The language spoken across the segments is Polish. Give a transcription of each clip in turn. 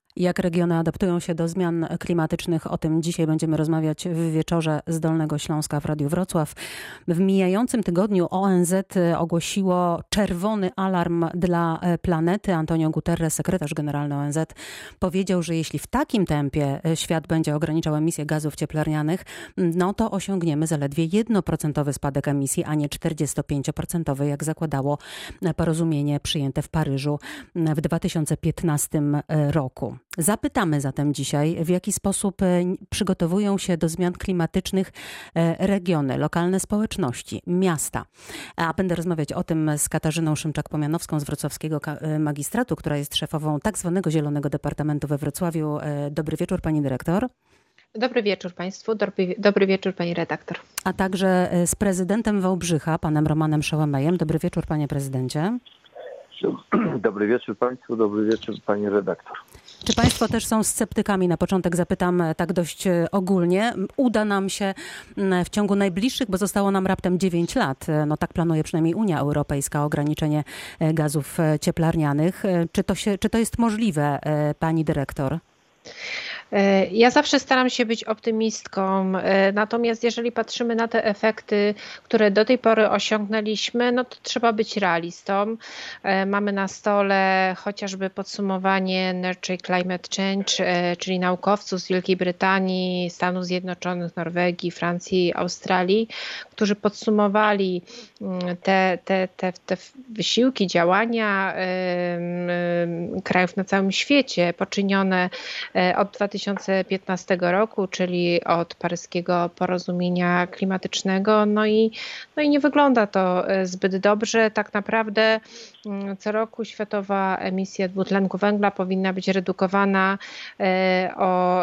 Jak regiony adaptują się do zmian klimatycznych, o tym dzisiaj będziemy rozmawiać w wieczorze z Dolnego Śląska w Radiu Wrocław. W mijającym tygodniu ONZ ogłosiło czerwony alarm dla planety. Antonio Guterres, sekretarz generalny ONZ, powiedział, że jeśli w takim tempie świat będzie ograniczał emisję gazów cieplarnianych, no to osiągniemy zaledwie 1% spadek emisji, a nie 45%, jak zakładało porozumienie przyjęte w Paryżu w 2015 roku. Zapytamy zatem dzisiaj, w jaki sposób przygotowują się do zmian klimatycznych regiony, lokalne społeczności, miasta. A będę rozmawiać o tym z Katarzyną Szymczak-Pomianowską z Wrocławskiego Magistratu, która jest szefową tak zwanego Zielonego Departamentu we Wrocławiu. Dobry wieczór, pani dyrektor. Dobry wieczór państwu, dobry wieczór pani redaktor. A także z prezydentem Wałbrzycha, panem Romanem Szołemejem. Dobry wieczór, panie prezydencie. Dobry wieczór państwu, dobry wieczór pani redaktor. Czy państwo też są sceptykami? Na początek zapytam tak dość ogólnie. Uda nam się w ciągu najbliższych, bo zostało nam raptem 9 lat, no tak planuje przynajmniej Unia Europejska, ograniczenie gazów cieplarnianych. Czy to jest możliwe, pani dyrektor? Ja zawsze staram się być optymistką, natomiast jeżeli patrzymy na te efekty, które do tej pory osiągnęliśmy, no to trzeba być realistą. Mamy na stole chociażby podsumowanie Nurture Climate Change, czyli naukowców z Wielkiej Brytanii, Stanów Zjednoczonych, Norwegii, Francji, Australii, którzy podsumowali te wysiłki, działania krajów na całym świecie poczynione od 2015 roku, czyli od paryskiego porozumienia klimatycznego. No i nie wygląda to zbyt dobrze. Tak naprawdę co roku światowa emisja dwutlenku węgla powinna być redukowana o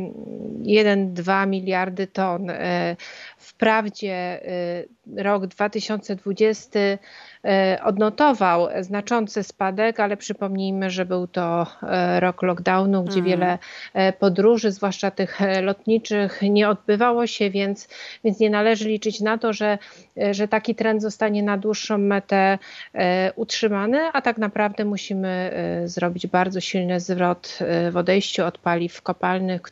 1,2 miliardy ton. Wprawdzie rok 2020 odnotował znaczący spadek, ale przypomnijmy, że był to rok lockdownu, gdzie wiele podróży, zwłaszcza tych lotniczych, nie odbywało się, więc nie należy liczyć na to, że taki trend zostanie na dłuższą metę utrzymany, a tak naprawdę musimy zrobić bardzo silny zwrot w odejściu od paliw kopalnych,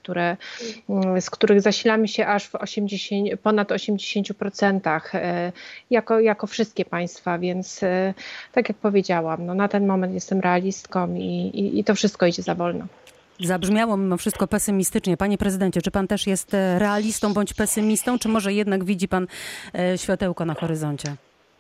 z których zasilamy się aż w ponad 80% jako wszystkie państwa, więc tak jak powiedziałam, no na ten moment jestem realistką i to wszystko idzie za wolno. Zabrzmiało mimo wszystko pesymistycznie. Panie prezydencie, czy pan też jest realistą bądź pesymistą, czy może jednak widzi pan światełko na horyzoncie?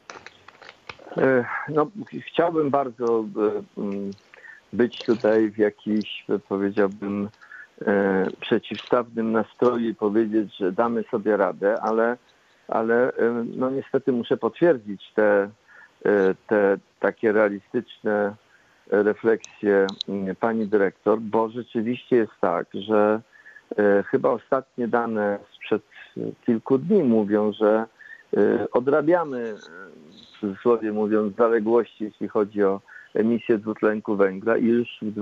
No, chciałbym bardzo być tutaj w jakiś, powiedziałbym, przeciwstawnym nastroju i powiedzieć, że damy sobie radę, ale no niestety muszę potwierdzić te takie realistyczne refleksje pani dyrektor, bo rzeczywiście jest tak, że chyba ostatnie dane sprzed kilku dni mówią, że odrabiamy, w cudzysłowie mówiąc, zaległości, jeśli chodzi o emisję dwutlenku węgla i już w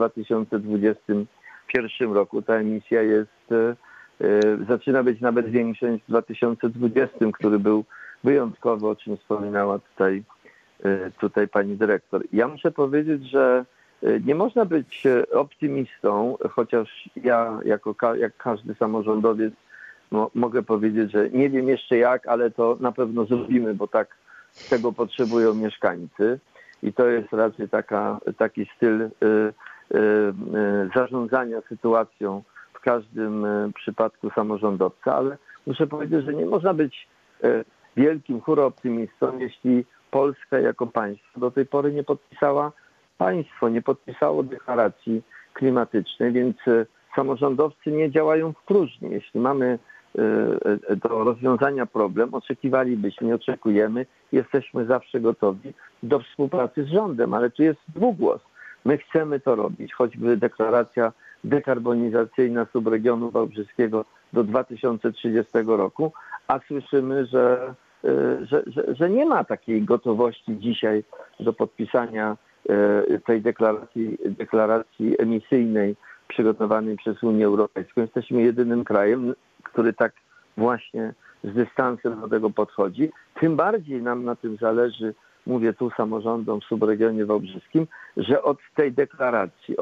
2021 roku ta emisja zaczyna być nawet większa niż w 2020, który był wyjątkowy, o czym wspominała tutaj pani dyrektor. Ja muszę powiedzieć, że nie można być optymistą, chociaż ja jak każdy samorządowiec mogę powiedzieć, że nie wiem jeszcze jak, ale to na pewno zrobimy, bo tak tego potrzebują mieszkańcy i to jest raczej taki styl zarządzania sytuacją w każdym przypadku samorządowca, ale muszę powiedzieć, że nie można być wielkim huraoptymistą, jeśli Polska jako państwo do tej pory nie podpisało deklaracji klimatycznej, więc samorządowcy nie działają w próżni. Jeśli mamy do rozwiązania problem, oczekiwalibyśmy, oczekujemy, jesteśmy zawsze gotowi do współpracy z rządem, ale tu jest dwugłos. My chcemy to robić, choćby deklaracja dekarbonizacyjna subregionu wałbrzyskiego do 2030 roku, a słyszymy, że nie ma takiej gotowości dzisiaj do podpisania tej deklaracji emisyjnej przygotowanej przez Unię Europejską. Jesteśmy jedynym krajem, który tak właśnie z dystansem do tego podchodzi. Tym bardziej nam na tym zależy, mówię tu samorządom w subregionie wałbrzyskim, że od tej deklaracji, od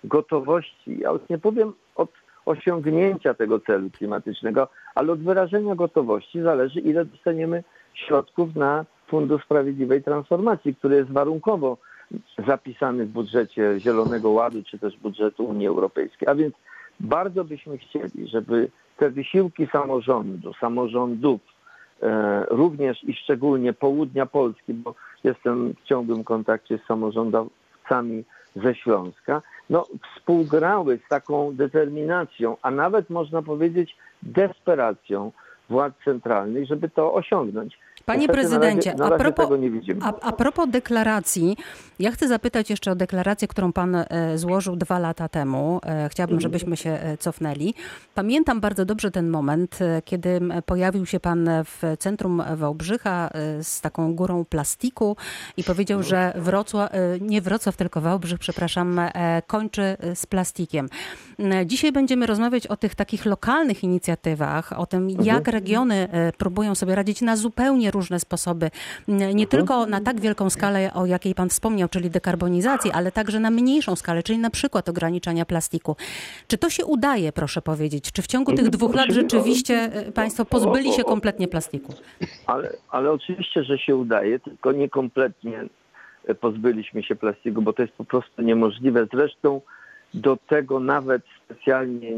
gotowości, ja już nie powiem od osiągnięcia tego celu klimatycznego, ale od wyrażenia gotowości zależy, ile dostaniemy środków na Fundusz Sprawiedliwej Transformacji, który jest warunkowo zapisany w budżecie Zielonego Ładu, czy też budżetu Unii Europejskiej. A więc bardzo byśmy chcieli, żeby te wysiłki samorządów, również i szczególnie południa Polski, bo jestem w ciągłym kontakcie z samorządowcami ze Śląska, współgrały z taką determinacją, a nawet można powiedzieć desperacją władz centralnych, żeby to osiągnąć. Panie prezydencie, tego nie widzimy. A propos deklaracji, ja chcę zapytać jeszcze o deklarację, którą pan złożył 2 lata temu. Chciałabym, żebyśmy się cofnęli. Pamiętam bardzo dobrze ten moment, kiedy pojawił się pan w centrum Wałbrzycha z taką górą plastiku i powiedział, że Wałbrzych, kończy z plastikiem. Dzisiaj będziemy rozmawiać o tych takich lokalnych inicjatywach, o tym, jak regiony próbują sobie radzić na zupełnie różne sposoby. Nie tylko na tak wielką skalę, o jakiej pan wspomniał, czyli dekarbonizacji, ale także na mniejszą skalę, czyli na przykład ograniczania plastiku. Czy to się udaje, proszę powiedzieć? Czy w ciągu tych 2 lat rzeczywiście państwo pozbyli się kompletnie plastiku? Ale oczywiście, że się udaje, tylko nie kompletnie pozbyliśmy się plastiku, bo to jest po prostu niemożliwe. Zresztą do tego nawet specjalnie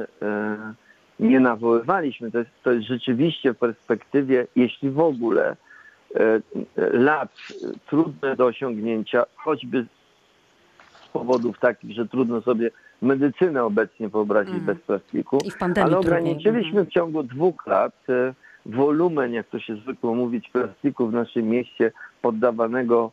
nie nawoływaliśmy. To jest rzeczywiście w perspektywie, jeśli w ogóle, lat trudne do osiągnięcia, choćby z powodów takich, że trudno sobie medycynę obecnie wyobrazić bez plastiku, ale ograniczyliśmy w ciągu 2 lat wolumen, jak to się zwykło mówić, plastiku w naszym mieście poddawanego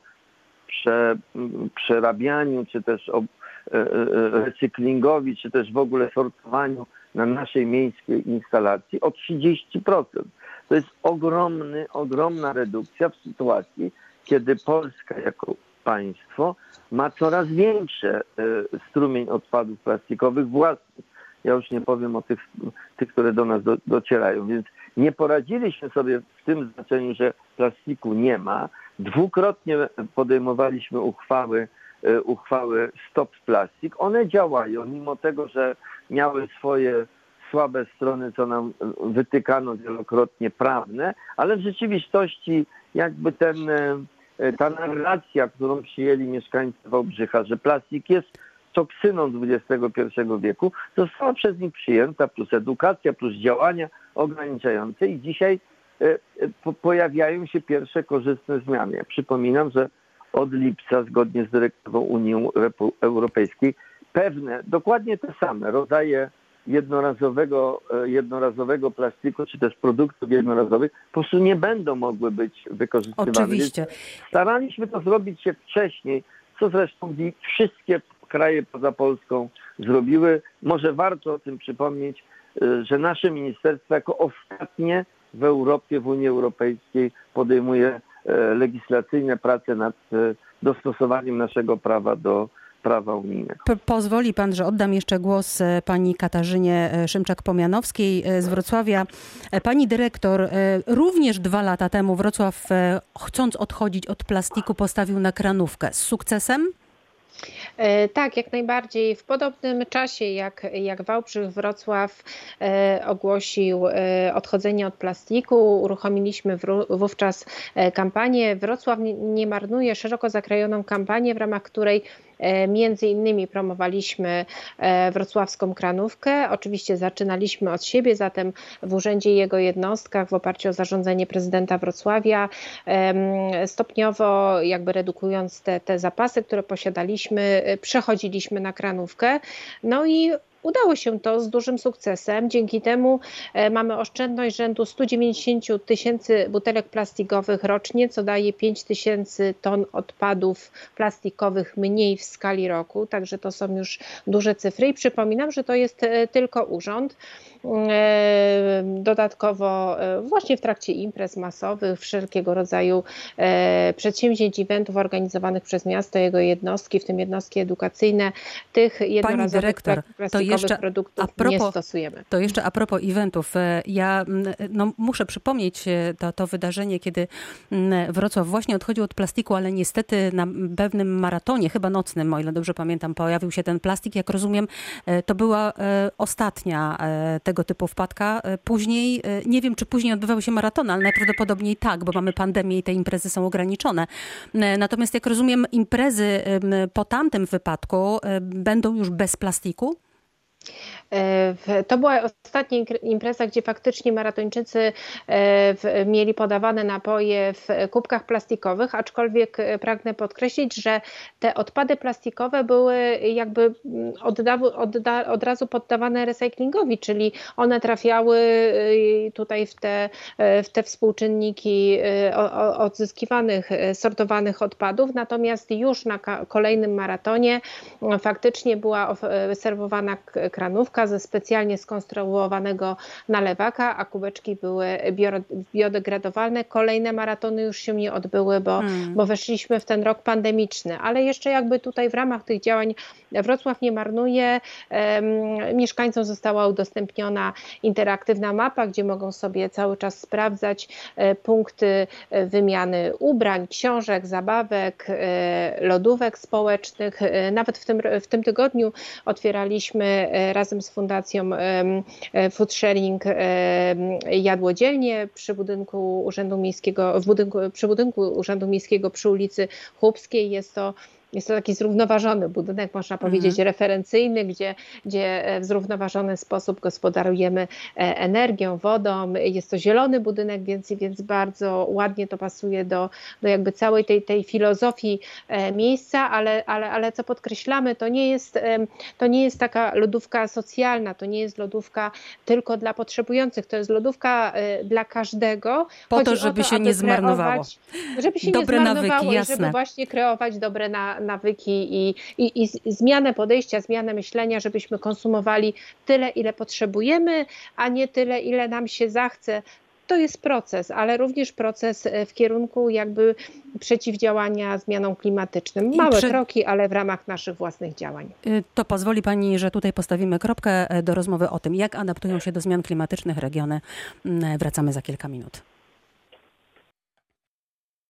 przerabianiu, czy też recyklingowi, czy też w ogóle sortowaniu na naszej miejskiej instalacji o 30%. To jest ogromna redukcja w sytuacji, kiedy Polska jako państwo ma coraz większy strumień odpadów plastikowych własnych. Ja już nie powiem o tych, które do nas docierają. Więc nie poradziliśmy sobie w tym znaczeniu, że plastiku nie ma. 2-krotnie podejmowaliśmy uchwały Stop Plastic. One działają, mimo tego, że miały swoje słabe strony, co nam wytykano wielokrotnie, prawne, ale w rzeczywistości jakby ta narracja, którą przyjęli mieszkańcy Wałbrzycha, że plastik jest toksyną XXI wieku, została przez nich przyjęta, plus edukacja, plus działania ograniczające i dzisiaj pojawiają się pierwsze korzystne zmiany. Ja przypominam, że od lipca, zgodnie z dyrektywą Unii Europejskiej, pewne, dokładnie te same rodzaje jednorazowego plastiku, czy też produktów jednorazowych po prostu nie będą mogły być wykorzystywane. Oczywiście. Więc staraliśmy to zrobić się wcześniej, co zresztą wszystkie kraje poza Polską zrobiły. Może warto o tym przypomnieć, że nasze ministerstwo jako ostatnie w Europie, w Unii Europejskiej podejmuje legislacyjne prace nad dostosowaniem naszego prawa do prawa unijnego. Pozwoli pan, że oddam jeszcze głos pani Katarzynie Szymczak-Pomianowskiej z Wrocławia. Pani dyrektor, również 2 lata temu Wrocław, chcąc odchodzić od plastiku, postawił na kranówkę. Z sukcesem? Tak, jak najbardziej. W podobnym czasie jak Wałbrzych, Wrocław ogłosił odchodzenie od plastiku, uruchomiliśmy wówczas kampanię Wrocław nie marnuje, szeroko zakrojoną kampanię, w ramach której między innymi promowaliśmy wrocławską kranówkę. Oczywiście zaczynaliśmy od siebie, zatem w urzędzie i jego jednostkach w oparciu o zarządzenie prezydenta Wrocławia, stopniowo jakby redukując te zapasy, które posiadaliśmy, przechodziliśmy na kranówkę. No i udało się to z dużym sukcesem. Dzięki temu mamy oszczędność rzędu 190 000 butelek plastikowych rocznie, co daje 5 000 ton odpadów plastikowych mniej w skali roku. Także to są już duże cyfry. I przypominam, że to jest tylko urząd. Dodatkowo właśnie w trakcie imprez masowych, wszelkiego rodzaju przedsięwzięć, eventów organizowanych przez miasto, jego jednostki, w tym jednostki edukacyjne, tych jednorazowych plastikowych produktów nie stosujemy. To jeszcze a propos eventów. Ja muszę przypomnieć to wydarzenie, kiedy Wrocław właśnie odchodził od plastiku, ale niestety na pewnym maratonie, chyba nocnym, o ile dobrze pamiętam, pojawił się ten plastik. Jak rozumiem, to była ostatnia tego typu wpadka. Później, nie wiem, czy później odbywały się maratony, ale najprawdopodobniej tak, bo mamy pandemię i te imprezy są ograniczone. Natomiast jak rozumiem, imprezy po tamtym wypadku będą już bez plastiku? To była ostatnia impreza, gdzie faktycznie maratończycy mieli podawane napoje w kubkach plastikowych, aczkolwiek pragnę podkreślić, że te odpady plastikowe były jakby od razu poddawane recyklingowi, czyli one trafiały tutaj w te współczynniki odzyskiwanych, sortowanych odpadów, natomiast już na kolejnym maratonie faktycznie była serwowana kranówka ze specjalnie skonstruowanego nalewaka, a kubeczki były biodegradowalne. Kolejne maratony już się nie odbyły, bo weszliśmy w ten rok pandemiczny, ale jeszcze jakby tutaj w ramach tych działań Wrocław nie marnuje. Mieszkańcom została udostępniona interaktywna mapa, gdzie mogą sobie cały czas sprawdzać punkty wymiany ubrań, książek, zabawek, lodówek społecznych. Nawet w tym tygodniu otwieraliśmy razem z Fundacją Food Sharing jadłodzielnię przy budynku Urzędu Miejskiego przy ulicy Chłopskiej. Jest to taki zrównoważony budynek, można powiedzieć referencyjny, gdzie w zrównoważony sposób gospodarujemy energią, wodą. Jest to zielony budynek, więc bardzo ładnie to pasuje do jakby całej tej filozofii miejsca, ale co podkreślamy, to nie jest taka lodówka socjalna, to nie jest lodówka tylko dla potrzebujących, to jest lodówka dla każdego. Po to, żeby się nie zmarnowało. Żeby się nie zmarnowało i żeby właśnie kreować dobre nawyki i zmianę podejścia, zmianę myślenia, żebyśmy konsumowali tyle, ile potrzebujemy, a nie tyle, ile nam się zachce. To jest proces, ale również proces w kierunku jakby przeciwdziałania zmianom klimatycznym. Małe kroki, ale w ramach naszych własnych działań. To pozwoli Pani, że tutaj postawimy kropkę do rozmowy o tym, jak adaptują się do zmian klimatycznych regiony. Wracamy za kilka minut.